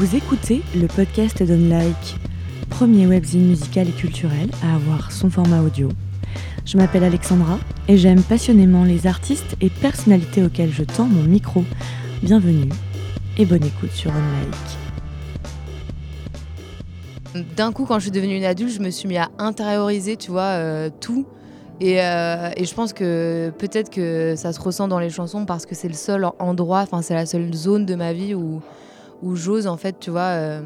Vous écoutez le podcast d'Unlike, premier webzine musical et culturel à avoir son format audio. Je m'appelle Alexandra et j'aime passionnément les artistes et personnalités auxquelles je tends mon micro. Bienvenue et bonne écoute sur Unlike. D'un coup, quand je suis devenue une adulte, je me suis mis à intérioriser, tu vois, tout. Et je pense que peut-être que ça se ressent dans les chansons parce que c'est le seul endroit, enfin c'est la seule zone de ma vie où j'ose en fait, tu vois,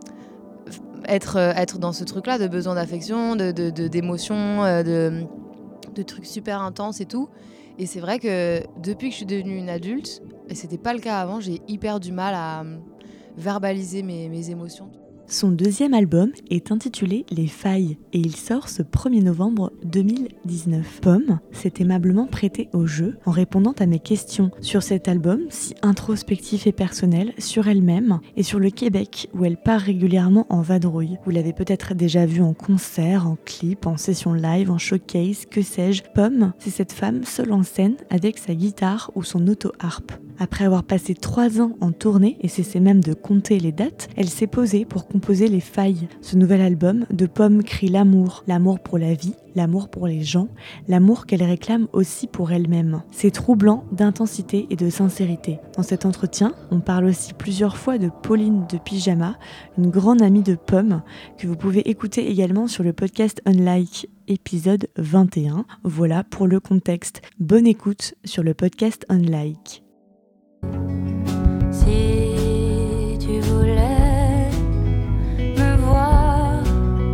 être dans ce truc-là de besoin d'affection, d'émotion, de trucs super intenses et tout. Et c'est vrai que depuis que je suis devenue une adulte, et c'était pas le cas avant, j'ai hyper du mal à verbaliser mes émotions. Son deuxième album est intitulé Les Failles et il sort ce 1er novembre 2019. Pomme s'est aimablement prêtée au jeu en répondant à mes questions sur cet album si introspectif et personnel, sur elle-même et sur le Québec où elle part régulièrement en vadrouille. Vous l'avez peut-être déjà vu en concert, en clip, en session live, en showcase, que sais-je. Pomme, c'est cette femme seule en scène avec sa guitare ou son auto-harpe. Après avoir passé 3 ans en tournée et cessé même de compter les dates, elle s'est posée pour composer Les Failles. Ce nouvel album de Pomme crie l'amour pour la vie, l'amour pour les gens, l'amour qu'elle réclame aussi pour elle-même. C'est troublant d'intensité et de sincérité. Dans cet entretien, on parle aussi plusieurs fois de Pauline de Pyjama, une grande amie de Pomme, que vous pouvez écouter également sur le podcast Unlike, épisode 21. Voilà pour le contexte. Bonne écoute sur le podcast Unlike. Si tu voulais me voir,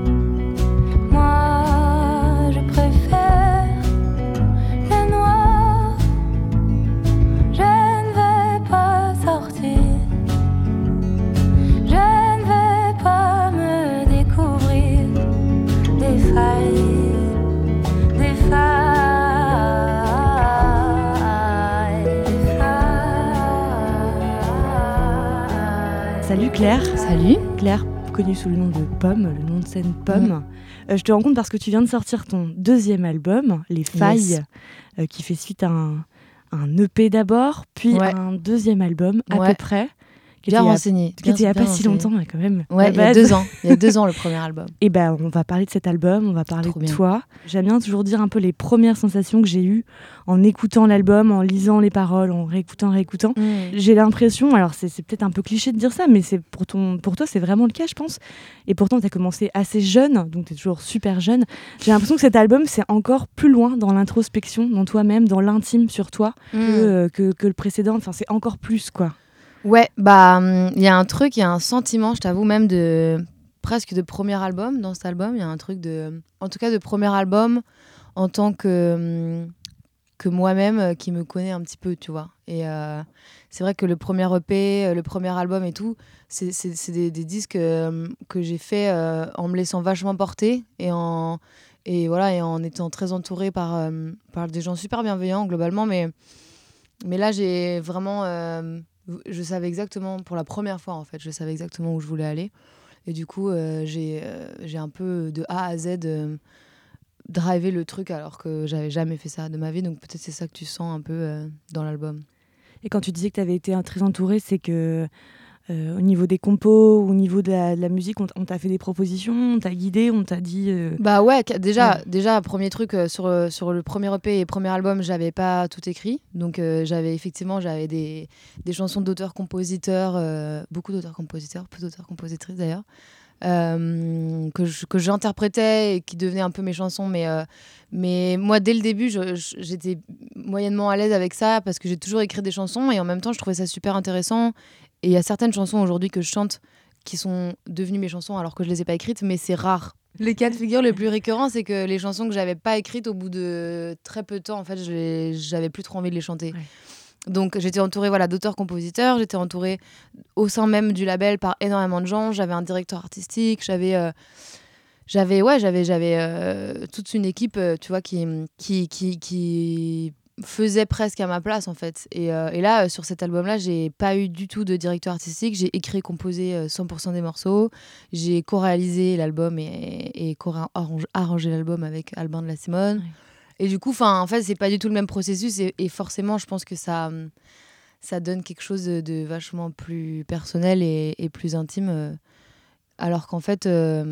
moi je préfère le noir. Je ne vais pas sortir, je ne vais pas me découvrir des failles, des failles. Salut Claire. Salut. Claire, connue sous le nom de Pomme, le nom de scène Pomme. Je te rencontre parce que tu viens de sortir ton deuxième album, Les Failles, qui fait suite à un EP d'abord, puis un deuxième album à peu près. Bien renseigné. Qui était il n'y a pas si longtemps quand même. Ouais, il y a 2 ans. Il y a 2 ans le premier album. Et ben on va parler de cet album, on va parler de toi. J'aime bien toujours dire un peu les premières sensations que j'ai eues en écoutant l'album, en lisant les paroles, en réécoutant. J'ai l'impression, alors c'est peut-être un peu cliché de dire ça, mais c'est pour toi c'est vraiment le cas je pense. Et pourtant tu as commencé assez jeune, donc tu es toujours super jeune. J'ai l'impression que cet album c'est encore plus loin dans l'introspection, dans toi-même, dans l'intime sur toi que le précédent. Enfin c'est encore plus quoi. Ouais, bah il y a un truc, il y a un sentiment, je t'avoue, même presque de premier album dans cet album. Il y a un truc en tout cas de premier album en tant que moi-même qui me connais un petit peu, tu vois. Et c'est vrai que le premier EP, le premier album et tout, c'est des disques que j'ai fait en me laissant vachement porter et en étant très entourée par des gens super bienveillants globalement. Mais là, j'ai vraiment... je savais exactement, pour la première fois en fait, je savais exactement où je voulais aller. Et du coup, j'ai un peu de A à Z drivé le truc alors que j'avais jamais fait ça de ma vie. Donc peut-être c'est ça que tu sens un peu dans l'album. Et quand tu disais que tu avais été très entourée, c'est que au niveau des compos, au niveau de la musique, on t'a fait des propositions, on t'a guidé, on t'a dit... Bah ouais, déjà, premier truc, sur le premier EP et premier album, j'avais pas tout écrit. Donc j'avais des chansons d'auteurs-compositeurs, beaucoup d'auteurs-compositeurs, peu d'auteurs-compositrices d'ailleurs, que j'interprétais et qui devenaient un peu mes chansons. Mais moi, dès le début, j'étais moyennement à l'aise avec ça parce que j'ai toujours écrit des chansons et en même temps, je trouvais ça super intéressant. Et il y a certaines chansons aujourd'hui que je chante qui sont devenues mes chansons alors que je les ai pas écrites, mais c'est rare. Les cas de figure les plus récurrents, c'est que les chansons que j'avais pas écrites, au bout de très peu de temps, en fait, j'avais plus trop envie de les chanter. Ouais. Donc j'étais entourée d'auteurs-compositeurs, j'étais entourée au sein même du label par énormément de gens, j'avais un directeur artistique, j'avais toute une équipe, tu vois, qui faisait presque à ma place en fait. Et là, sur cet album-là, j'ai pas eu du tout de directeur artistique. J'ai écrit et composé 100% des morceaux. J'ai co-réalisé l'album et arrangé l'album avec Albin de la Simone. Ouais. Et du coup, en fait, c'est pas du tout le même processus. Et forcément, je pense que ça ça donne quelque chose de vachement plus personnel et plus intime. Alors qu'en fait,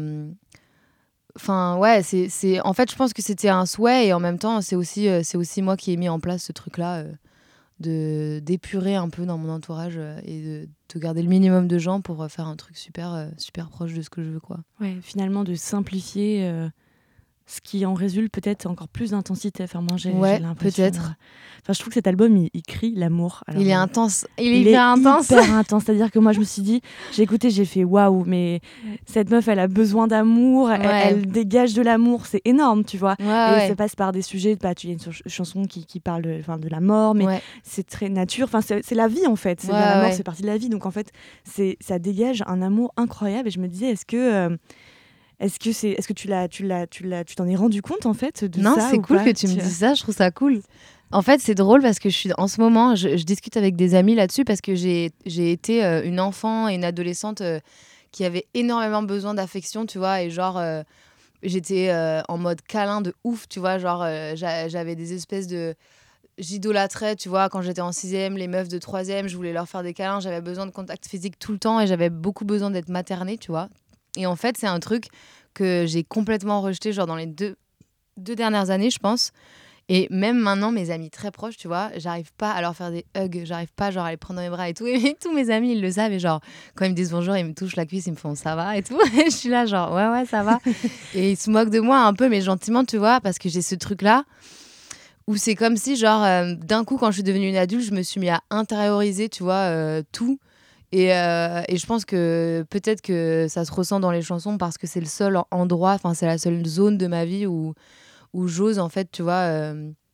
ouais, en fait, je pense que c'était un souhait et en même temps, c'est aussi moi qui ai mis en place ce truc-là d'épurer un peu dans mon entourage et de garder le minimum de gens pour faire un truc super proche de ce que je veux, quoi. Ouais, finalement, de simplifier ce qui en résulte peut-être encore plus d'intensité. Enfin, moi, j'ai l'impression... peut-être. Enfin, je trouve que cet album, il crie l'amour. Alors, il est intense. Il est hyper intense. C'est-à-dire que moi, je me suis dit, j'ai écouté, j'ai fait waouh, mais cette meuf, elle a besoin d'amour, elle dégage de l'amour, c'est énorme, tu vois. Et ça passe par des sujets, il y a une chanson qui parle de la mort, mais c'est très nature. Enfin, c'est la vie, en fait. La mort, c'est partie de la vie. Donc, en fait, ça dégage un amour incroyable. Et je me disais, est-ce que tu t'en es rendu compte en fait de ça? Non, c'est cool que tu me dises ça, je trouve ça cool. En fait, c'est drôle parce que en ce moment, je discute avec des amis là-dessus parce que j'ai été une enfant et une adolescente qui avait énormément besoin d'affection, tu vois, et genre j'étais en mode câlin de ouf, tu vois, genre j'avais des espèces de... J'idolâtrais, tu vois, quand j'étais en 6e, les meufs de 3e, je voulais leur faire des câlins, j'avais besoin de contact physique tout le temps et j'avais beaucoup besoin d'être maternée, tu vois. Et en fait, c'est un truc que j'ai complètement rejeté, genre dans les deux dernières années, je pense. Et même maintenant, mes amis très proches, tu vois, j'arrive pas à leur faire des hugs, j'arrive pas genre à les prendre dans mes bras et tout. Et tous mes amis, ils le savent. Et genre, quand ils me disent bonjour, ils me touchent la cuisse, ils me font ça va et tout. Et je suis là, genre, ouais, ça va. Et ils se moquent de moi un peu, mais gentiment, tu vois, parce que j'ai ce truc-là où c'est comme si, genre, d'un coup, quand je suis devenue une adulte, je me suis mis à intérioriser, tu vois, tout. Et je pense que peut-être que ça se ressent dans les chansons parce que c'est le seul endroit, enfin c'est la seule zone de ma vie où j'ose en fait, tu vois,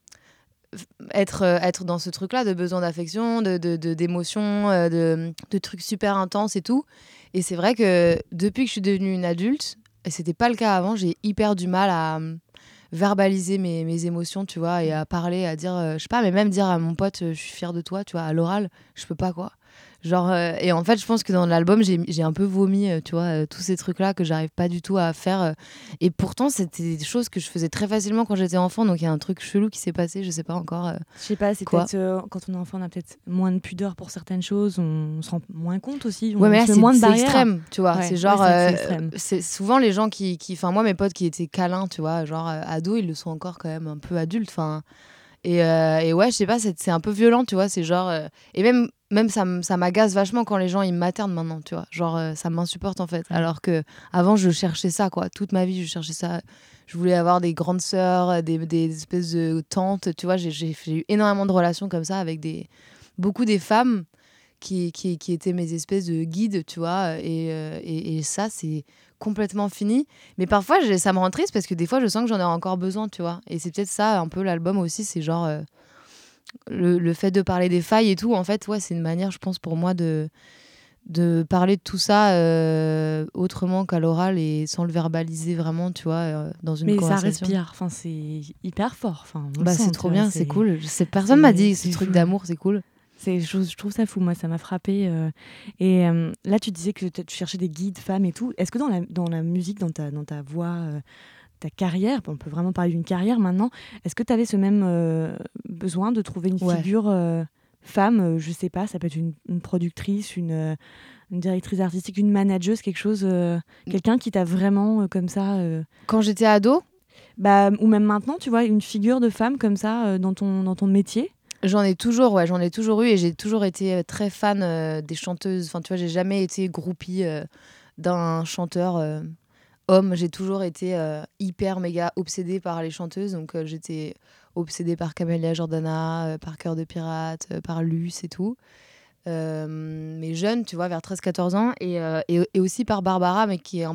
être dans ce truc-là de besoin d'affection, d'émotion, de trucs super intenses et tout. Et c'est vrai que depuis que je suis devenue une adulte, et c'était pas le cas avant, j'ai hyper du mal à verbaliser mes émotions, tu vois, et à parler, à dire, je sais pas, mais même dire à mon pote, je suis fière de toi, tu vois, à l'oral, je peux pas, quoi. Genre, et en fait, je pense que dans l'album, j'ai un peu vomi, tu vois, tous ces trucs-là que j'arrive pas du tout à faire. Et pourtant, c'était des choses que je faisais très facilement quand j'étais enfant. Donc, il y a un truc chelou qui s'est passé, je sais pas encore. Je sais pas, c'est peut-être quand on est enfant, on a peut-être moins de pudeur pour certaines choses, on se rend moins compte aussi. Ouais, mais là, c'est extrême, tu vois. Ouais, c'est genre. c'est souvent les gens qui. Enfin, moi, mes potes qui étaient câlins, tu vois, genre ados, ils le sont encore quand même un peu adultes. Enfin. Et ouais, je sais pas, c'est un peu violent, tu vois. C'est genre. Et même ça m'agace vachement quand les gens ils me maternent maintenant, tu vois. Genre ça m'insupporte en fait. Alors que avant je cherchais ça, quoi. Toute ma vie je cherchais ça. Je voulais avoir des grandes sœurs, des espèces de tantes, tu vois. J'ai eu énormément de relations comme ça avec beaucoup des femmes qui étaient mes espèces de guides, tu vois. Et ça c'est complètement fini. Mais parfois ça me rend triste parce que des fois je sens que j'en ai encore besoin, tu vois. Et c'est peut-être ça un peu l'album aussi, c'est genre le fait de parler des failles et tout, en fait, ouais, c'est une manière, je pense, pour moi de parler de tout ça autrement qu'à l'oral et sans le verbaliser vraiment, tu vois, dans une conversation. Mais ça respire, enfin, c'est hyper fort. Enfin, c'est trop bien, c'est cool. Personne m'a dit ce truc d'amour, c'est cool. Je trouve ça fou, moi, ça m'a frappée. Et là, tu disais que tu cherchais des guides femmes et tout. Est-ce que dans la musique, dans ta voix... ta carrière, on peut vraiment parler d'une carrière maintenant, est-ce que tu avais ce même besoin de trouver une figure femme, je sais pas, ça peut être une productrice, une directrice artistique, une manageuse, quelque chose, quelqu'un qui t'a vraiment comme ça... Quand j'étais ado, ou même maintenant, tu vois, une figure de femme comme ça dans ton métier? J'en ai toujours eu et j'ai toujours été très fan des chanteuses. Enfin, tu vois, j'ai jamais été groupie d'un chanteur homme. J'ai toujours été hyper méga obsédée par les chanteuses. Donc j'étais obsédée par Camélia Jordana, par Cœur de Pirate, par Luce et tout. Mais jeune, tu vois, vers 13-14 ans. Et aussi par Barbara, mais qui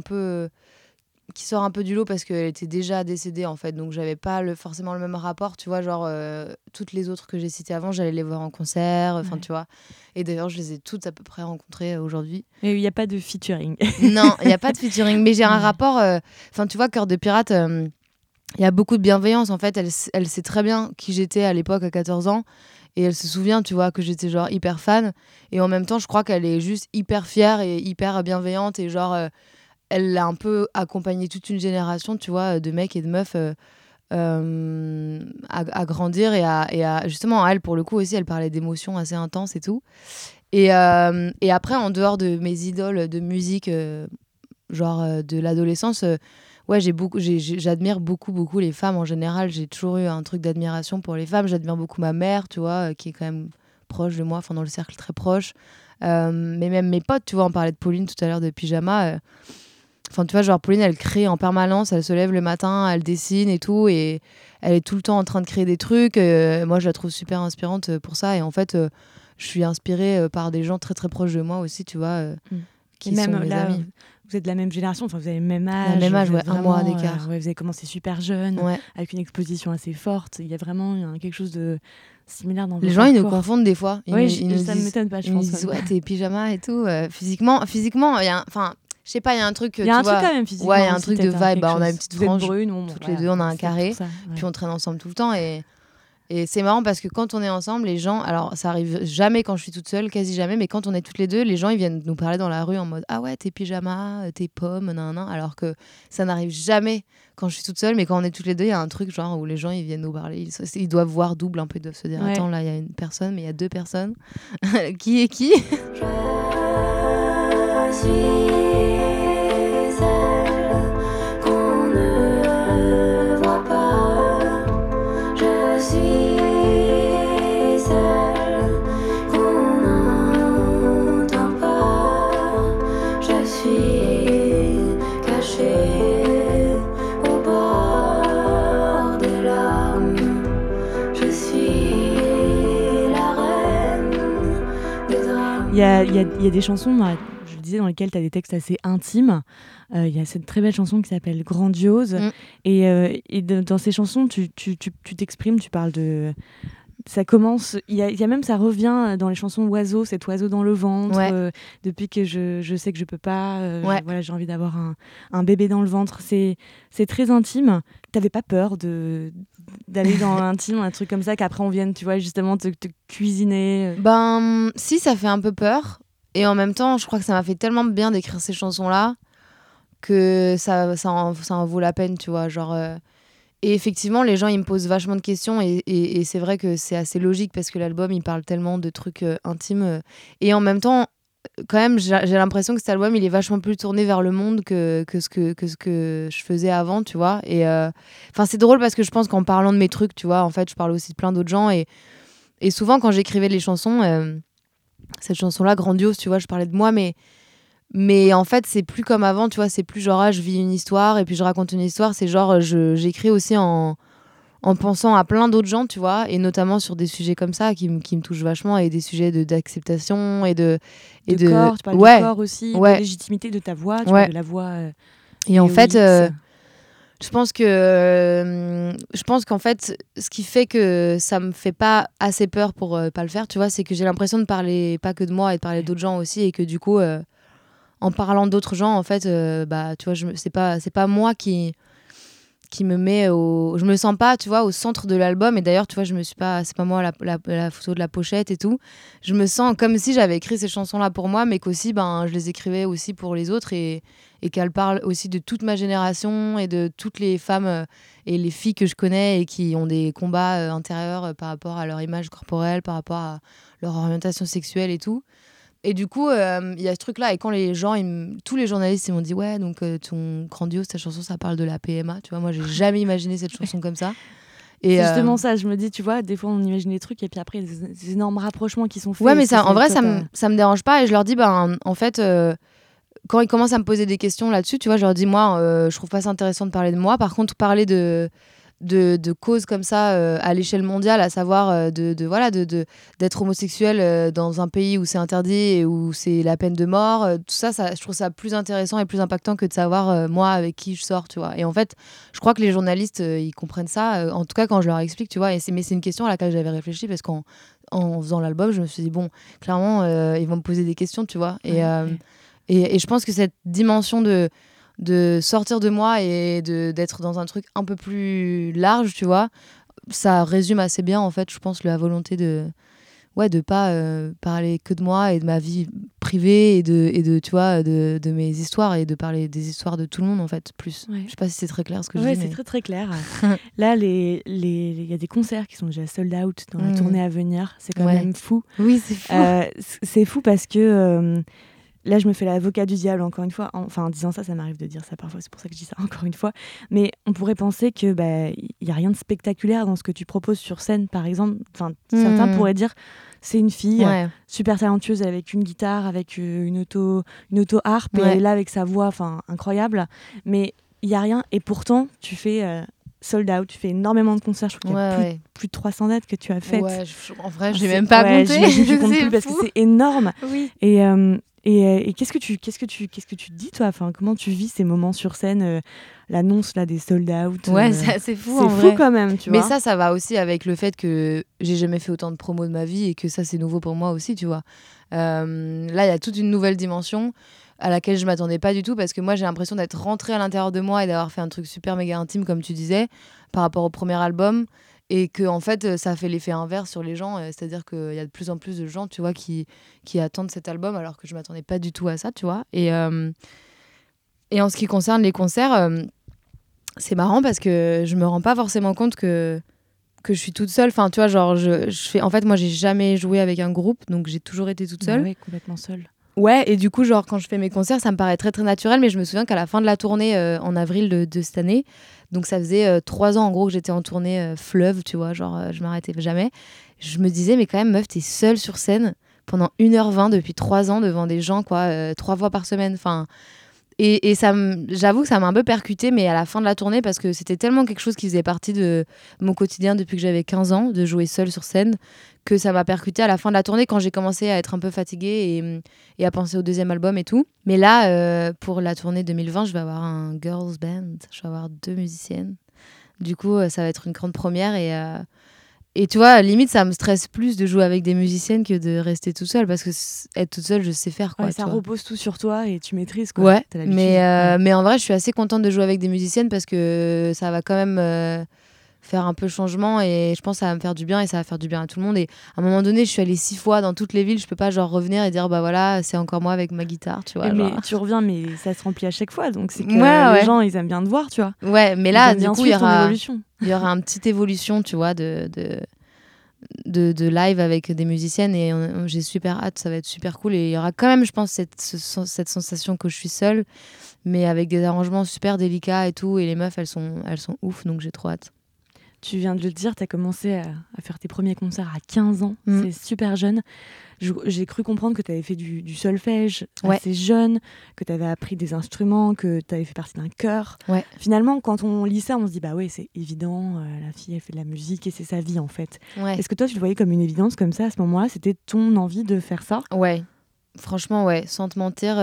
sort un peu du lot parce qu'elle était déjà décédée en fait, donc j'avais pas forcément le même rapport, tu vois, genre toutes les autres que j'ai citées avant, j'allais les voir en concert, enfin tu vois, et d'ailleurs je les ai toutes à peu près rencontrées aujourd'hui. Mais il n'y a pas de featuring. Non, il n'y a pas de featuring, mais j'ai un rapport, enfin tu vois, Cœur de Pirate, il y a beaucoup de bienveillance en fait, elle sait très bien qui j'étais à l'époque à 14 ans, et elle se souvient, tu vois, que j'étais genre hyper fan, et en même temps je crois qu'elle est juste hyper fière et hyper bienveillante, et genre... elle a un peu accompagné toute une génération, tu vois, de mecs et de meufs à grandir et à justement elle pour le coup aussi elle parlait d'émotions assez intenses et tout et après en dehors de mes idoles de musique de l'adolescence ouais j'admire beaucoup les femmes en général. J'ai toujours eu un truc d'admiration pour les femmes. J'admire beaucoup ma mère, tu vois, qui est quand même proche de moi, enfin dans le cercle très proche, mais même mes potes, tu vois, on parlait de Pauline tout à l'heure de Pyjama. Enfin, tu vois, genre Pauline, elle crée en permanence, elle se lève le matin, elle dessine et tout, et elle est tout le temps en train de créer des trucs. Moi, je la trouve super inspirante pour ça. Et en fait, je suis inspirée par des gens très très proches de moi aussi, tu vois, qui même sont mes là, amis. Vous êtes de la même génération, enfin vous avez le même âge. Le même âge, vous ouais, êtes un mois vraiment, d'écart. ouais, vous avez commencé super jeune, Ouais. avec une exposition assez forte. Il y a vraiment quelque chose de similaire dans Les vos gens, ils nous parcours. confondent des fois. Oui, Ils nous ça disent, m'étonne pas, je ils nous pense. disent, ouais, t'es pyjama et tout. Physiquement, il y a enfin, je sais pas, il y a un truc. Il y a un tu truc vois, quand même physiquement. Ouais, il y a un aussi, truc de peut-être, hein, vibe. quelque On a chose. une petite Vous êtes frange. brunes, bon, Toutes voilà, les deux, on a un c'est carré. pour ça, ouais. Puis on traîne ensemble tout le temps. Et c'est marrant parce que quand on est ensemble, les gens, alors ça arrive jamais quand je suis toute seule, quasi jamais, mais quand on est toutes les deux, les gens ils viennent nous parler dans la rue en mode ah ouais, t'es pyjama, t'es pomme, nan, alors que ça n'arrive jamais quand je suis toute seule, mais quand on est toutes les deux, il y a un truc genre où les gens ils viennent nous parler, ils doivent voir double un peu, ils doivent se dire Ouais. attends, là il y a une personne, mais il y a deux personnes. Qui est qui? Je suis celle qu'on ne voit pas. Je suis celle qu'on n'entend pas. Je suis cachée au bord des larmes. Je suis la reine des drames. Il y a des chansons, je le disais, dans lesquelles tu as des textes assez intimes. Il y a cette très belle chanson qui s'appelle Grandiose. Dans ces chansons, tu t'exprimes, tu parles de... Ça commence, il y a même, ça revient dans les chansons Oiseau, cet oiseau dans le ventre, Ouais. depuis que je sais que je peux pas, Ouais. voilà, j'ai envie d'avoir un bébé dans le ventre. C'est très intime. T'avais pas peur d'aller dans l'intime, un truc comme ça, qu'après on vienne, tu vois, justement te cuisiner Ben, si, ça fait un peu peur. Et en même temps, je crois que ça m'a fait tellement bien d'écrire ces chansons-là que ça en vaut la peine, tu vois. Genre, Et effectivement, les gens, ils me posent vachement de questions. Et c'est vrai que c'est assez logique parce que l'album, il parle tellement de trucs intimes. Et en même temps, quand même, j'ai l'impression que cet album, il est vachement plus tourné vers le monde que ce que je faisais avant, tu vois. Et c'est drôle parce que je pense qu'en parlant de mes trucs, tu vois, en fait, je parle aussi de plein d'autres gens. Et souvent, quand j'écrivais les chansons, cette chanson-là, Grandiose, tu vois, je parlais de moi, mais en fait, c'est plus comme avant, tu vois, c'est plus genre, je vis une histoire et puis je raconte une histoire. C'est genre, j'écris aussi en pensant à plein d'autres gens, tu vois, et notamment sur des sujets comme ça qui me touchent vachement, et des sujets d'acceptation et de corps, tu parles ouais, du corps aussi, ouais. de légitimité de ta voix, tu Ouais. parles de la voix. Et en fait, X. je pense qu'en fait, ce qui fait que ça me fait pas assez peur pour pas le faire, tu vois, c'est que j'ai l'impression de parler pas que de moi et de parler d'autres gens aussi, et que du coup, en parlant d'autres gens, en fait, tu vois, c'est pas moi qui me met je me sens pas, tu vois, au centre de l'album. Et d'ailleurs, tu vois, c'est pas moi la photo de la pochette et tout. Je me sens comme si j'avais écrit ces chansons-là pour moi, mais qu'aussi, je les écrivais aussi pour les autres, et qu'elles parlent aussi de toute ma génération et de toutes les femmes et les filles que je connais et qui ont des combats intérieurs par rapport à leur image corporelle, par rapport à leur orientation sexuelle et tout. Et du coup, il y a ce truc-là. Et quand les gens, tous les journalistes, ils m'ont dit ouais, donc ton Grandiose, ta chanson, ça parle de la PMA. Tu vois, moi, j'ai jamais imaginé cette chanson comme ça. Et c'est justement ça, je me dis, tu vois, des fois on imagine des trucs et puis après des énormes rapprochements qui sont faits. Ouais, mais en vrai, ça me dérange pas. Et je leur dis, en fait, quand ils commencent à me poser des questions là-dessus, tu vois, je leur dis, moi, je trouve pas ça intéressant de parler de moi. Par contre, parler de causes comme ça à l'échelle mondiale, à savoir d'être homosexuel dans un pays où c'est interdit et où c'est la peine de mort, tout ça, je trouve ça plus intéressant et plus impactant que de savoir moi avec qui je sors, tu vois. Et en fait, je crois que les journalistes ils comprennent ça, en tout cas quand je leur explique, tu vois. Mais c'est une question à laquelle j'avais réfléchi parce qu'en faisant l'album, je me suis dit bon, clairement ils vont me poser des questions, tu vois. Et je pense que cette dimension de sortir de moi et d'être dans un truc un peu plus large, tu vois, ça résume assez bien, en fait, je pense, la volonté de pas parler que de moi et de ma vie privé et de tu vois, de mes histoires et de parler des histoires de tout le monde, en fait, plus. Ouais. Je sais pas si c'est très clair ce que je Ouais, dis. c'est mais- très très clair. Là, il y a des concerts qui sont déjà sold out dans la tournée à venir. C'est quand Ouais. même fou. Oui, c'est fou. C'est fou parce que là, je me fais l'avocat du diable encore une fois. Enfin, en disant ça, ça m'arrive de dire ça parfois. C'est pour ça que je dis ça encore une fois. Mais on pourrait penser que y a rien de spectaculaire dans ce que tu proposes sur scène, par exemple. Enfin, certains pourraient dire c'est une fille Ouais. super talentueuse avec une guitare, avec une auto harpe, et Ouais. elle est là avec sa voix, enfin incroyable. Mais il y a rien. Et pourtant, tu fais sold out. Tu fais énormément de concerts. Je crois qu'il y a Ouais, plus de 300 dates que tu as faites. ouais, en vrai, Ah, j'ai c'est- même pas ouais, compté. j'imagine que tu comptes C'est plus parce que fou. c'est énorme. Oui. Et qu'est-ce que tu te dis, toi? Enfin, comment tu vis ces moments sur scène, l'annonce là des sold out? Ouais, c'est assez fou c'est en fou vrai. quand même, tu Mais vois. ça va aussi avec le fait que j'ai jamais fait autant de promos de ma vie et que ça, c'est nouveau pour moi aussi, tu vois. Là, il y a toute une nouvelle dimension à laquelle je m'attendais pas du tout parce que moi, j'ai l'impression d'être rentrée à l'intérieur de moi et d'avoir fait un truc super méga intime, comme tu disais, par rapport au premier album. Et que, en fait, ça a fait l'effet inverse sur les gens. C'est-à-dire qu'il y a de plus en plus de gens, tu vois, qui attendent cet album alors que je m'attendais pas du tout à ça, tu vois. Et en ce qui concerne les concerts, c'est marrant parce que je me rends pas forcément compte que je suis toute seule. Enfin, tu vois, genre, je fais... En fait, moi, j'ai jamais joué avec un groupe, donc j'ai toujours été toute seule. Ouais, complètement seule. Ouais, et du coup, genre, quand je fais mes concerts, ça me paraît très, très naturel, mais je me souviens qu'à la fin de la tournée, en avril de cette année, donc ça faisait 3 ans, en gros, que j'étais en tournée fleuve, tu vois, genre, je m'arrêtais jamais. Je me disais, mais quand même, meuf, t'es seule sur scène pendant 1h20 depuis 3 ans devant des gens, quoi, 3 fois par semaine, enfin... Et j'avoue que ça m'a un peu percuté, mais à la fin de la tournée, parce que c'était tellement quelque chose qui faisait partie de mon quotidien depuis que j'avais 15 ans, de jouer seule sur scène, que ça m'a percuté à la fin de la tournée quand j'ai commencé à être un peu fatiguée et à penser au deuxième album et tout. Mais là, pour la tournée 2020, je vais avoir un girls band, je vais avoir 2 musiciennes. Du coup, ça va être une grande première et tu vois, limite, ça me stresse plus de jouer avec des musiciennes que de rester toute seule parce que être toute seule, je sais faire quoi. Ouais, tu ça vois. repose tout sur toi et tu maîtrises, quoi. Ouais, T'as l'habitude. mais en vrai, je suis assez contente de jouer avec des musiciennes parce que ça va quand même faire un peu le changement et je pense que ça va me faire du bien et ça va faire du bien à tout le monde. Et à un moment donné, je suis allée 6 fois dans toutes les villes, je peux pas genre revenir et dire bah voilà, c'est encore moi avec ma guitare, tu vois. Mais genre. tu reviens, mais ça se remplit à chaque fois, donc c'est que Ouais, les ouais. gens, ils aiment bien te voir, tu vois. Ouais, mais Ils là, aiment du bien coup, il y suivre ton aura évolution. une petite évolution, tu vois, de live avec des musiciennes et j'ai super hâte, ça va être super cool et il y aura quand même, je pense, cette sensation que je suis seule, mais avec des arrangements super délicats et tout, et les meufs, elles sont ouf, donc j'ai trop hâte. Tu viens de le dire, tu as commencé à faire tes premiers concerts à 15 ans. Mm. C'est super jeune. J'ai cru comprendre que tu avais fait du solfège Ouais. assez jeune, que tu avais appris des instruments, que tu avais fait partie d'un chœur. Ouais. Finalement, quand on lit ça, on se dit bah ouais, c'est évident, la fille, elle fait de la musique et c'est sa vie en fait. Ouais. Est-ce que toi, tu le voyais comme une évidence comme ça à ce moment-là? C'était ton envie de faire ça? Ouais, franchement, ouais, sans te mentir.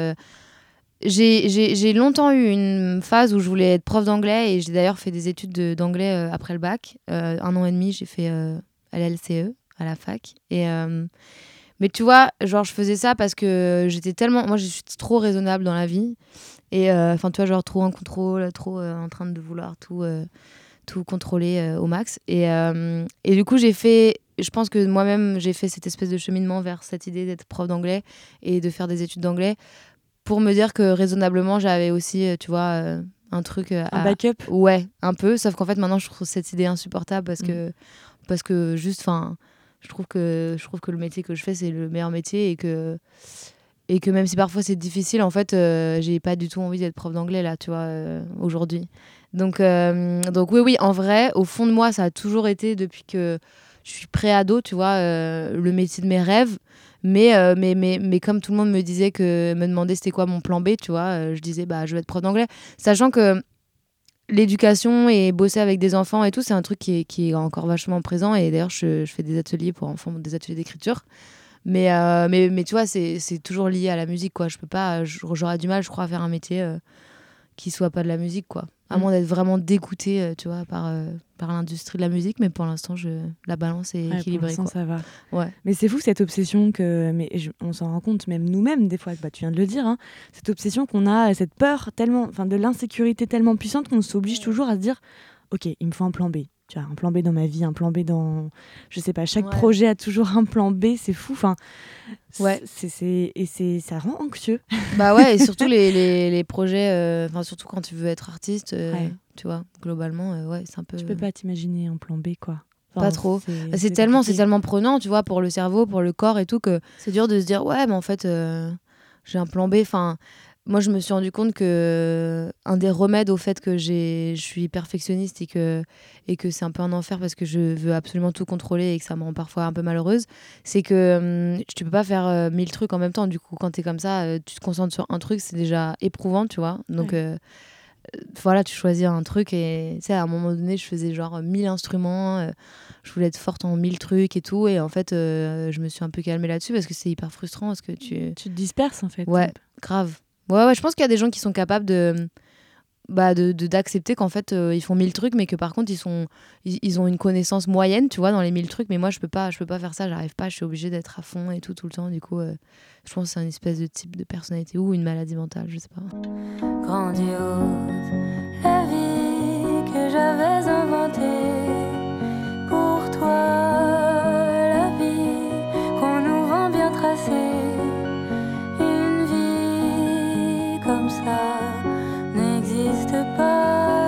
J'ai longtemps eu une phase où je voulais être prof d'anglais et j'ai d'ailleurs fait des études d'anglais après le bac. 1 an et demi, j'ai fait à l'LCE, à la fac. Mais tu vois, genre, je faisais ça parce que j'étais tellement... Moi, je suis trop raisonnable dans la vie. Et enfin, tu vois, genre, trop en contrôle, trop en train de vouloir tout contrôler au max. Et du coup, je pense que moi-même, j'ai fait cette espèce de cheminement vers cette idée d'être prof d'anglais et de faire des études d'anglais pour me dire que raisonnablement, j'avais aussi, tu vois, un truc... Un backup? Ouais, un peu. Sauf qu'en fait, maintenant, je trouve cette idée insupportable parce que juste, enfin... Je trouve que le métier que je fais, c'est le meilleur métier et que même si parfois c'est difficile, en fait, j'ai pas du tout envie d'être prof d'anglais, là, tu vois, aujourd'hui. Donc oui, en vrai, au fond de moi, ça a toujours été, depuis que je suis pré-ado, tu vois, le métier de mes rêves. Mais comme tout le monde me demandait c'était quoi mon plan B, tu vois, je disais, bah, je vais être prof d'anglais. Sachant que l'éducation et bosser avec des enfants et tout, c'est un truc qui est encore vachement présent. Et d'ailleurs, je fais des ateliers pour enfants, des ateliers d'écriture. Mais tu vois, c'est toujours lié à la musique, quoi. Je peux pas, j'aurais du mal, je crois, à faire un métier qui soit pas de la musique, quoi. À moins d'être vraiment dégoûtée, tu vois, par l'industrie de la musique. Mais pour l'instant, la balance est équilibrée, pour l'instant, quoi. ça va. Ouais. Mais c'est fou cette obsession on s'en rend compte même nous-mêmes des fois, bah, tu viens de le dire, hein, cette obsession qu'on a, cette peur tellement, enfin de l'insécurité tellement puissante qu'on s'oblige toujours à se dire ok, il me faut un plan B. Tu as un plan B dans ma vie, un plan B dans... Je sais pas, chaque Ouais. projet a toujours un plan B, c'est fou. Enfin, Ouais. ça rend anxieux. Bah ouais, et surtout les projets, surtout quand tu veux être artiste, Ouais. tu vois, globalement, ouais, c'est un peu... Tu peux pas t'imaginer un plan B, quoi. Pas trop. C'est compliqué. tellement prenant, tu vois, pour le cerveau, pour le corps et tout, que c'est dur de se dire, ouais, mais en fait, j'ai un plan B. Enfin, moi, je me suis rendu compte que un des remèdes au fait que je suis perfectionniste et que c'est un peu un enfer parce que je veux absolument tout contrôler et que ça me rend parfois un peu malheureuse, c'est que tu peux pas faire 1000 trucs en même temps. Du coup, quand t'es comme ça, tu te concentres sur un truc, c'est déjà éprouvant, tu vois. Donc, voilà, tu choisis un truc et tu sais, à un moment donné, je faisais genre 1000 instruments, je voulais être forte en 1000 trucs et tout. Et en fait, je me suis un peu calmée là-dessus parce que c'est hyper frustrant. Parce que tu te disperses, en fait. Ouais, grave. Ouais, je pense qu'il y a des gens qui sont capables d'accepter qu'en fait, ils font 1000 trucs, mais que par contre, ils ont une connaissance moyenne, tu vois, dans les 1000 trucs. Mais moi, je peux pas faire ça, j'arrive pas, je suis obligée d'être à fond et tout le temps. Du coup, je pense que c'est une espèce de type de personnalité ou une maladie mentale, je sais pas. Grandiose, la vie que j'avais inventée pour toi, la vie qu'on nous vend bien tracée. Une vie comme ça n'existe pas.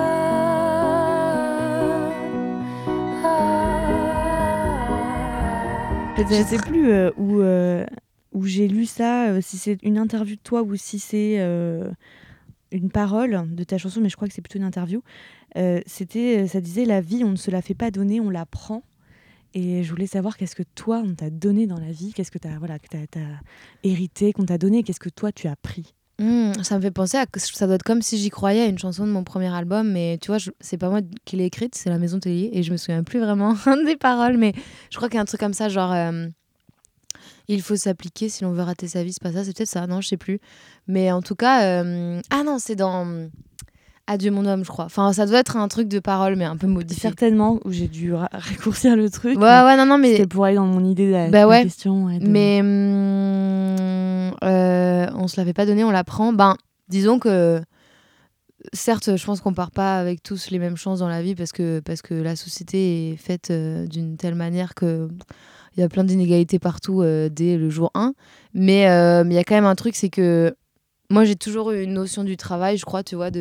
Je sais plus où j'ai lu ça, si c'est une interview de toi ou si c'est une parole de ta chanson, mais je crois que c'est plutôt une interview. Ça disait, la vie, on ne se la fait pas donner, on la prend. Et je voulais savoir qu'est-ce que toi, on t'a donné dans la vie, qu'est-ce que t'as hérité, qu'on t'a donné, qu'est-ce que toi, tu as pris. Ça me fait penser à que ça doit être comme si j'y croyais à une chanson de mon premier album, mais tu vois, c'est pas moi qui l'ai écrite, c'est la Maison Tellier, et je me souviens plus vraiment des paroles, mais je crois qu'il y a un truc comme ça, genre il faut s'appliquer si l'on veut rater sa vie, c'est pas ça, c'est peut-être ça, non, je sais plus. Mais en tout cas, ah non, c'est dans Adieu mon homme, je crois. Enfin, ça doit être un truc de parole, mais un peu modifié. Certainement, où j'ai dû raccourcir le truc. Ouais, non, mais... C'était pour aller dans mon idée de la question. Ouais, mais on se l'avait pas donné, on la prend. Ben, disons que certes, je pense qu'on part pas avec tous les mêmes chances dans la vie parce que la société est faite d'une telle manière que il y a plein d'inégalités partout dès le jour 1. Mais il y a quand même un truc, c'est que moi, j'ai toujours eu une notion du travail, je crois, tu vois,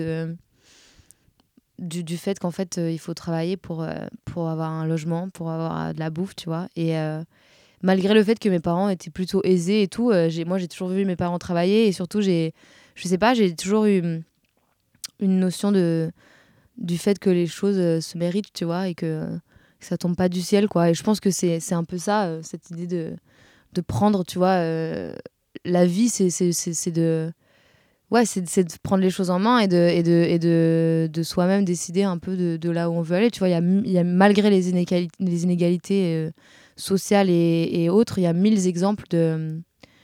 du fait qu'en fait, il faut travailler pour avoir un logement, pour avoir de la bouffe, tu vois. Et malgré le fait que mes parents étaient plutôt aisés et tout, moi, j'ai toujours vu mes parents travailler. Et surtout, je sais pas, j'ai toujours eu une notion du fait que les choses se méritent, tu vois, et que ça tombe pas du ciel, quoi. Et je pense que c'est un peu ça, cette idée de prendre, tu vois, la vie, c'est de... Ouais, c'est de prendre les choses en main et de soi-même décider un peu de là où on veut aller. Tu vois, il y a malgré les inégalités sociales et autres, il y a 1000 exemples de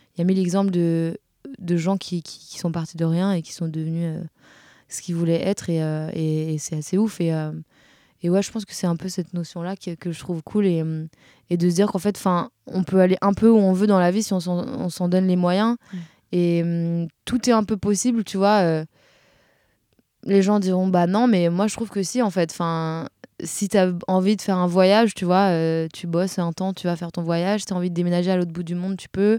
gens qui sont partis de rien et qui sont devenus ce qu'ils voulaient être. Et c'est assez ouf. Et ouais, je pense que c'est un peu cette notion-là que je trouve cool. Et de se dire qu'en fait, on peut aller un peu où on veut dans la vie si on s'en donne les moyens. Et tout est un peu possible, tu vois. Les gens diront, bah non, mais moi je trouve que si, en fait. Enfin, si t'as envie de faire un voyage, tu vois, tu bosses un temps, tu vas faire ton voyage. Si t'as envie de déménager à l'autre bout du monde, tu peux.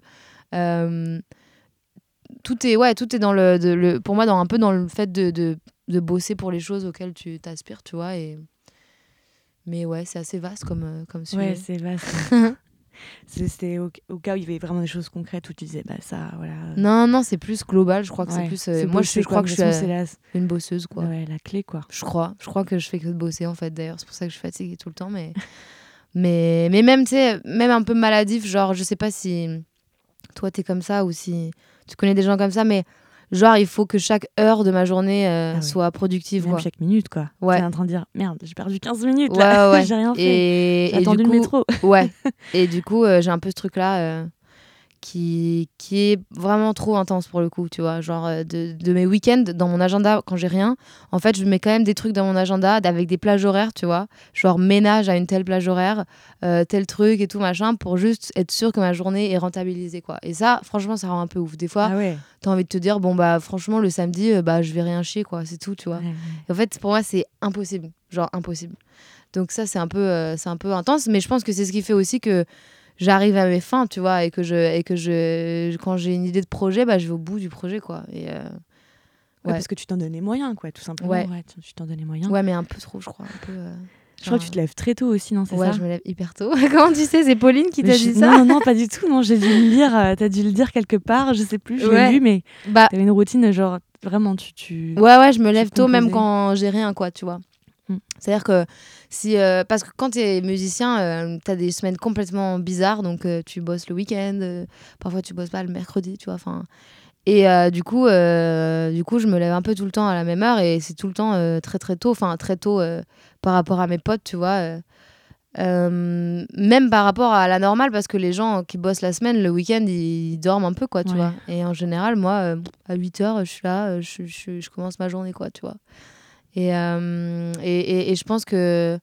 Tout est dans pour moi, un peu dans le fait de bosser pour les choses auxquelles tu t'aspires, tu vois. Mais ouais, c'est assez vaste comme sujet. Ouais, c'est vaste. C'était au cas où il y avait vraiment des choses concrètes où tu disais bah ça voilà. Non, c'est plus global, je crois que c'est plus moi je crois que je suis une bosseuse, quoi. Ouais, la clé, quoi. Je crois que je fais que de bosser, en fait, d'ailleurs, c'est pour ça que je suis fatiguée tout le temps, mais même, tu sais, même un peu maladif, genre je sais pas si toi t'es comme ça ou si tu connais des gens comme ça, mais genre il faut que chaque heure de ma journée soit productive, même quoi. chaque minute, quoi. Ouais. T'es en train de dire merde, j'ai perdu 15 minutes là. Ouais. J'ai rien fait. J'ai attendu du coup, le métro. Ouais. Et du coup, j'ai un peu ce truc là qui est vraiment trop intense pour le coup, tu vois, genre de mes week-ends dans mon agenda quand j'ai rien. En fait, je mets quand même des trucs dans mon agenda avec des plages horaires, tu vois, genre ménage à une telle plage horaire, tel truc et tout machin, pour juste être sûr que ma journée est rentabilisée, quoi. Et ça, franchement, ça rend un peu ouf. Des fois, t'as envie de te dire bon bah franchement le samedi, je vais rien chier, quoi, c'est tout, tu vois. Ouais. Et en fait, pour moi, c'est impossible, genre impossible. Donc ça, c'est un peu intense. Mais je pense que c'est ce qui fait aussi que j'arrive à mes fins, tu vois, et que quand j'ai une idée de projet, je vais au bout du projet, quoi. Et parce que tu t'en donnes les moyens, quoi, tout simplement. Ouais. Tu t'en donnes les moyens. Ouais, mais un peu trop, je crois. Un peu, je crois que tu te lèves très tôt aussi, non, c'est ça? Ouais, je me lève hyper tôt. Comment tu sais, c'est Pauline qui t'a dit ça? Non, pas du tout. Non, j'ai dû le lire. T'as dû le dire quelque part, je sais plus. Je l'ai lu, mais t'avais une routine, genre vraiment, tu. Ouais, je me lève tôt, même quand j'ai rien, quoi, tu vois. C'est-à-dire que parce que quand t'es musicien, t'as des semaines complètement bizarres, donc tu bosses le week-end, parfois tu bosses pas le mercredi, tu vois. Enfin. Et du coup, je me lève un peu tout le temps à la même heure et c'est tout le temps très très tôt, par rapport à mes potes, tu vois. Même par rapport à la normale, parce que les gens qui bossent la semaine, le week-end, ils dorment un peu, quoi, tu vois. Et en général, moi, à 8h, je suis là, je commence ma journée, quoi, tu vois. Et je pense que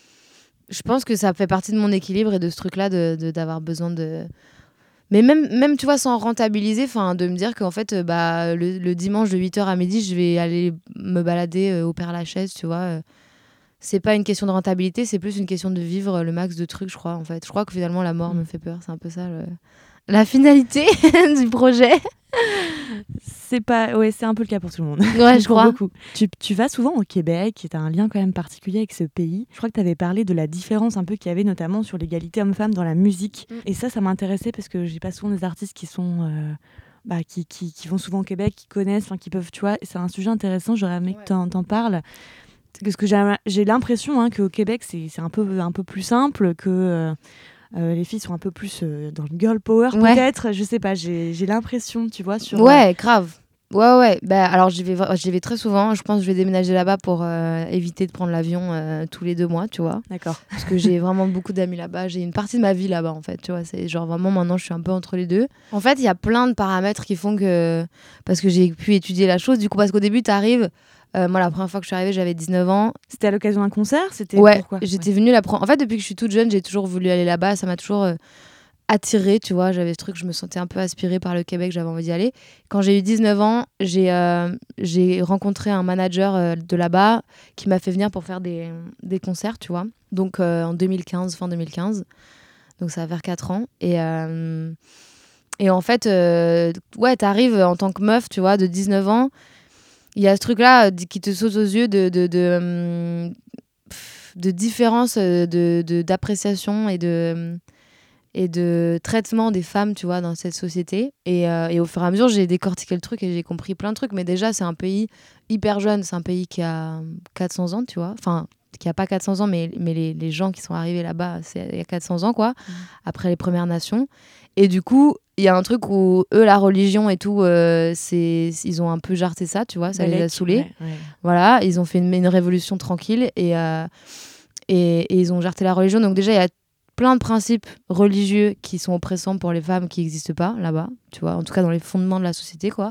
ça fait partie de mon équilibre et de ce truc-là d'avoir besoin de... Mais même, tu vois, sans rentabiliser, de me dire qu'en fait, le dimanche de 8h à midi, je vais aller me balader au Père-Lachaise, tu vois. C'est pas une question de rentabilité, c'est plus une question de vivre le max de trucs, je crois, en fait. Je crois que finalement, la mort me fait peur. C'est un peu ça, la finalité du projet. C'est un peu le cas pour tout le monde. Ouais, je crois. Beaucoup. Tu vas souvent au Québec, et tu as un lien quand même particulier avec ce pays. Je crois que tu avais parlé de la différence un peu qu'il y avait notamment sur l'égalité homme-femme dans la musique. Et ça m'intéressait parce que j'ai pas souvent des artistes qui sont... qui vont souvent au Québec, qui connaissent, qui peuvent, tu vois. Et c'est un sujet intéressant, j'aurais aimé que t'en parles. Parce que j'ai l'impression qu'au Québec, c'est un peu plus simple, que... les filles sont un peu plus dans le girl power, peut-être, je sais pas, j'ai l'impression, tu vois, sur... Ouais, grave. Ouais. Alors, j'y vais très souvent. Je pense que je vais déménager là-bas pour éviter de prendre l'avion tous les 2 mois, tu vois. D'accord. Parce que j'ai vraiment beaucoup d'amis là-bas. J'ai une partie de ma vie là-bas, en fait, tu vois. C'est genre vraiment, maintenant, je suis un peu entre les deux. En fait, il y a plein de paramètres qui font que... Parce que j'ai pu étudier la chose. Du coup, parce qu'au début, t'arrives... moi, la première fois que je suis arrivée, j'avais 19 ans. C'était à l'occasion d'un concert? Pourquoi j'étais venue En fait, depuis que je suis toute jeune, j'ai toujours voulu aller là-bas. Ça m'a toujours attirée, tu vois. J'avais ce truc, je me sentais un peu aspirée par le Québec, j'avais envie d'y aller. Quand j'ai eu 19 ans, j'ai rencontré un manager de là-bas qui m'a fait venir pour faire des concerts, tu vois. Donc, en 2015, fin 2015. Donc, ça va faire 4 ans. Et en fait, t'arrives en tant que meuf, tu vois, de 19 ans. Il y a ce truc-là qui te saute aux yeux de différence d'appréciation et de traitement des femmes, tu vois, dans cette société. Et au fur et à mesure, j'ai décortiqué le truc et j'ai compris plein de trucs. Mais déjà, c'est un pays hyper jeune. C'est un pays qui a 400 ans, tu vois. Enfin, qui a pas 400 ans, mais les gens qui sont arrivés là-bas, c'est il y a 400 ans, quoi, après les Premières Nations. Et du coup, il y a un truc où eux, la religion et tout, ils ont un peu jarté ça, tu vois, ça les a saoulés. Ouais. Voilà, ils ont fait une révolution tranquille et ils ont jarté la religion. Donc déjà, il y a plein de principes religieux qui sont oppressants pour les femmes qui n'existent pas là-bas, tu vois, en tout cas dans les fondements de la société, quoi.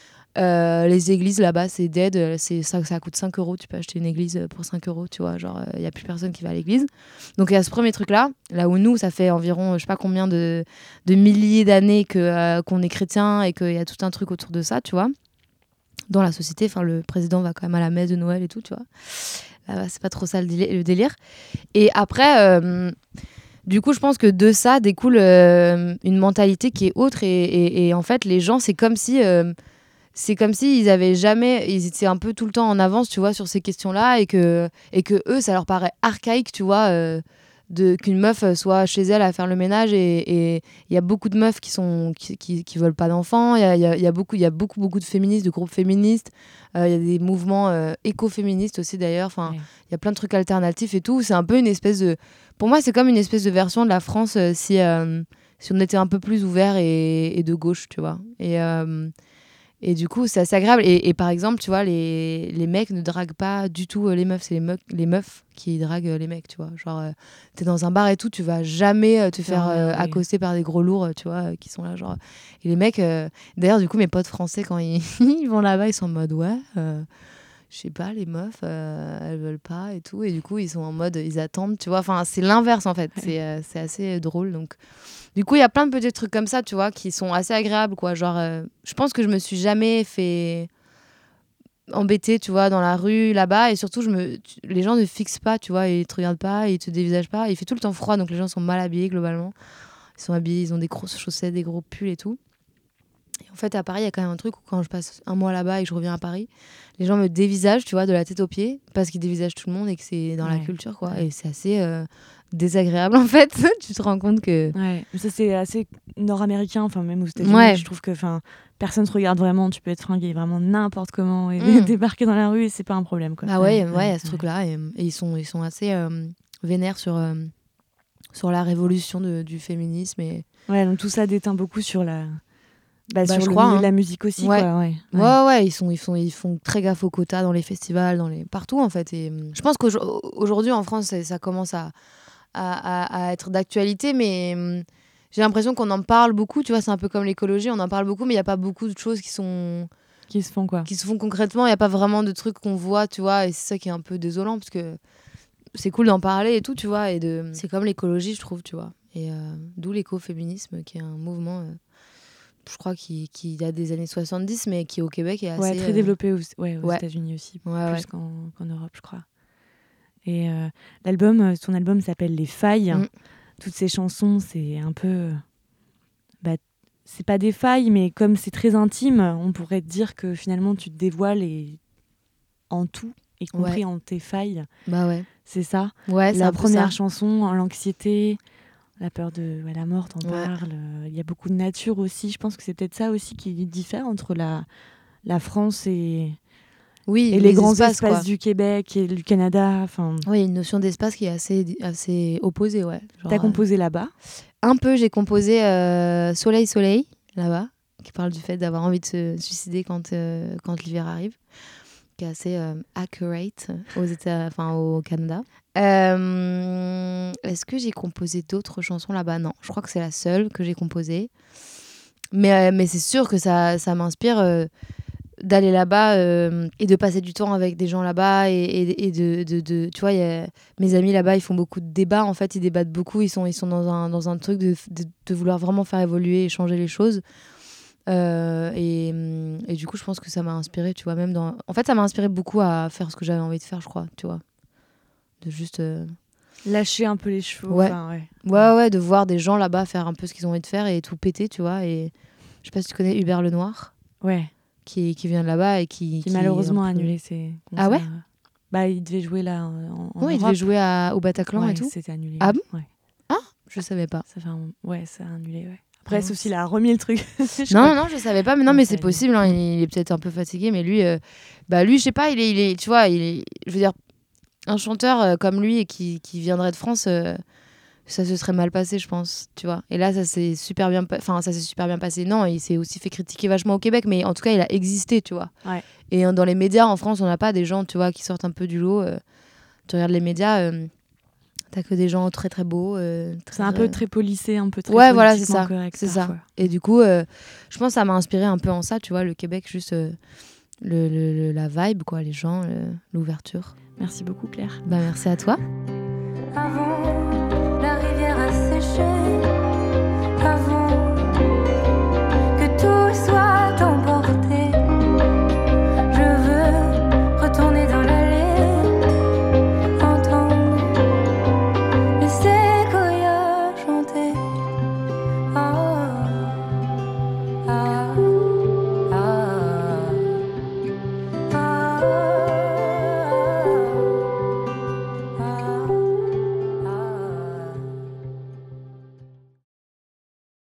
Les églises là-bas, c'est dead, ça coûte 5 €, tu peux acheter une église pour 5 €, tu vois, genre il n'y a plus personne qui va à l'église. Donc il y a ce premier truc-là, là où nous, ça fait environ, je sais pas combien de milliers d'années qu'on est chrétien et qu'il y a tout un truc autour de ça, tu vois, dans la société. Enfin, le président va quand même à la messe de Noël et tout, tu vois. C'est pas trop ça le délire. Et après... du coup, je pense que de ça découle une mentalité qui est autre et en fait, les gens, c'est comme si ils avaient jamais, ils étaient un peu tout le temps en avance, tu vois, sur ces questions-là et que eux, ça leur paraît archaïque, tu vois, qu'une meuf soit chez elle à faire le ménage et il y a beaucoup de meufs qui veulent pas d'enfants, il y a beaucoup de féministes, de groupes féministes, il y a des mouvements écoféministes aussi d'ailleurs, enfin, il y a plein de trucs alternatifs et tout. C'est un peu une espèce de... Pour moi, c'est comme une espèce de version de la France si on était un peu plus ouvert et de gauche, tu vois. Et du coup, c'est assez agréable. Et par exemple, tu vois, les mecs ne draguent pas du tout les meufs. C'est les meufs qui draguent les mecs, tu vois. Genre, t'es dans un bar et tout, tu vas jamais te faire accoster par des gros lourds, tu vois, qui sont là, genre... Et les mecs... D'ailleurs, du coup, mes potes français, quand ils vont là-bas, ils sont en mode, ouais... je sais pas, les meufs, elles veulent pas et tout. Et du coup, ils sont en mode, ils attendent, tu vois. Enfin, c'est l'inverse, en fait. C'est assez drôle. Donc, du coup, il y a plein de petits trucs comme ça, tu vois, qui sont assez agréables, quoi. Genre, je pense que je me suis jamais fait embêté, tu vois, dans la rue, là-bas. Et surtout, les gens ne fixent pas, tu vois, ils te regardent pas, ils te dévisagent pas. Il fait tout le temps froid, donc les gens sont mal habillés, globalement. Ils sont habillés, ils ont des grosses chaussettes, des gros pulls et tout. Et en fait, à Paris, il y a quand même un truc où quand je passe un mois là-bas et que je reviens à Paris, les gens me dévisagent, tu vois, de la tête aux pieds, parce qu'ils dévisagent tout le monde et que c'est dans la culture, quoi. Et c'est assez désagréable, en fait. Tu te rends compte que... Ouais, mais ça, c'est assez nord-américain, enfin, même aux États-Unis, je trouve que personne ne se regarde vraiment, tu peux être fringué vraiment n'importe comment et débarquer dans la rue et c'est pas un problème, quoi. Ah ouais, il y a ce truc-là. Et ils sont assez vénères sur la révolution du féminisme. Ouais, donc tout ça déteint beaucoup sur la... sur je le crois, milieu de la musique aussi, quoi. Ouais, ils font très gaffe aux quotas dans les festivals, partout, en fait. Et je pense qu'aujourd'hui, en France, ça commence à être d'actualité, mais j'ai l'impression qu'on en parle beaucoup, tu vois, c'est un peu comme l'écologie, on en parle beaucoup, mais il n'y a pas beaucoup de choses qui se font concrètement, il n'y a pas vraiment de trucs qu'on voit, tu vois, et c'est ça qui est un peu désolant, parce que c'est cool d'en parler et tout, tu vois, c'est comme l'écologie, je trouve, tu vois. Et d'où l'écoféminisme, qui est un mouvement... je crois qu'il a des années 70, mais qui au Québec est assez... très développé aux États-Unis aussi, plus qu'en Europe, je crois. Et son album s'appelle Les Failles. Toutes ces chansons, c'est un peu... c'est pas des failles, mais comme c'est très intime, on pourrait te dire que finalement tu te dévoiles en tout, y compris en tes failles. Bah ouais. C'est ça. Ouais, la première chanson, l'anxiété... La peur de la mort, t'en parles. Il y a beaucoup de nature aussi. Je pense que c'est peut-être ça aussi qui diffère entre la France et les grands espaces du Québec et du Canada. Oui, une notion d'espace qui est assez opposée, ouais. T'as composé là-bas ? Un peu, j'ai composé Soleil, Soleil, là-bas, qui parle du fait d'avoir envie de se suicider quand l'hiver arrive, qui est assez accurate au Canada. Est-ce que j'ai composé d'autres chansons là-bas ? Non, je crois que c'est la seule que j'ai composée. Mais c'est sûr que ça m'inspire d'aller là-bas et de passer du temps avec des gens là-bas et de tu vois, mes amis là-bas, ils font beaucoup de débats, en fait, ils débattent beaucoup, ils sont dans un truc de vouloir vraiment faire évoluer et changer les choses. Et du coup, je pense que ça m'a inspiré, tu vois, en fait, ça m'a inspiré beaucoup à faire ce que j'avais envie de faire, je crois, tu vois. De juste lâcher un peu les chevaux. Ouais, de voir des gens là-bas faire un peu ce qu'ils ont envie de faire et tout péter, tu vois. Et je sais pas si tu connais Hubert Lenoir, qui vient de là-bas et qui malheureusement a annulé ses concerts. Ah ouais. Il devait jouer là en Europe. Il devait jouer au Bataclan et tout. C'était annulé. Ah bon ? Ah, je savais pas. Ça a annulé, Après, Sophie, il a remis le truc. Non, je savais pas. Mais non, mais c'est possible. Hein, il est peut-être un peu fatigué, mais lui, je sais pas. Il est, tu vois, je veux dire, un chanteur comme lui et qui viendrait de France, ça se serait mal passé, je pense, tu vois. Et là, ça s'est super bien passé. Non, il s'est aussi fait critiquer vachement au Québec, mais en tout cas, il a existé, tu vois. Ouais. Et dans les médias en France, on n'a pas des gens, tu vois, qui sortent un peu du lot. Tu regardes les médias, t'as que des gens très très beaux. C'est un peu très policé, un peu très voilà, c'est ça. Correct, c'est ça. Et du coup, je pense que ça m'a inspiré un peu en ça, tu vois, le Québec, juste la vibe, quoi, les gens, l'ouverture. Merci beaucoup, Claire. Merci à toi. Avant, la rivière a séché.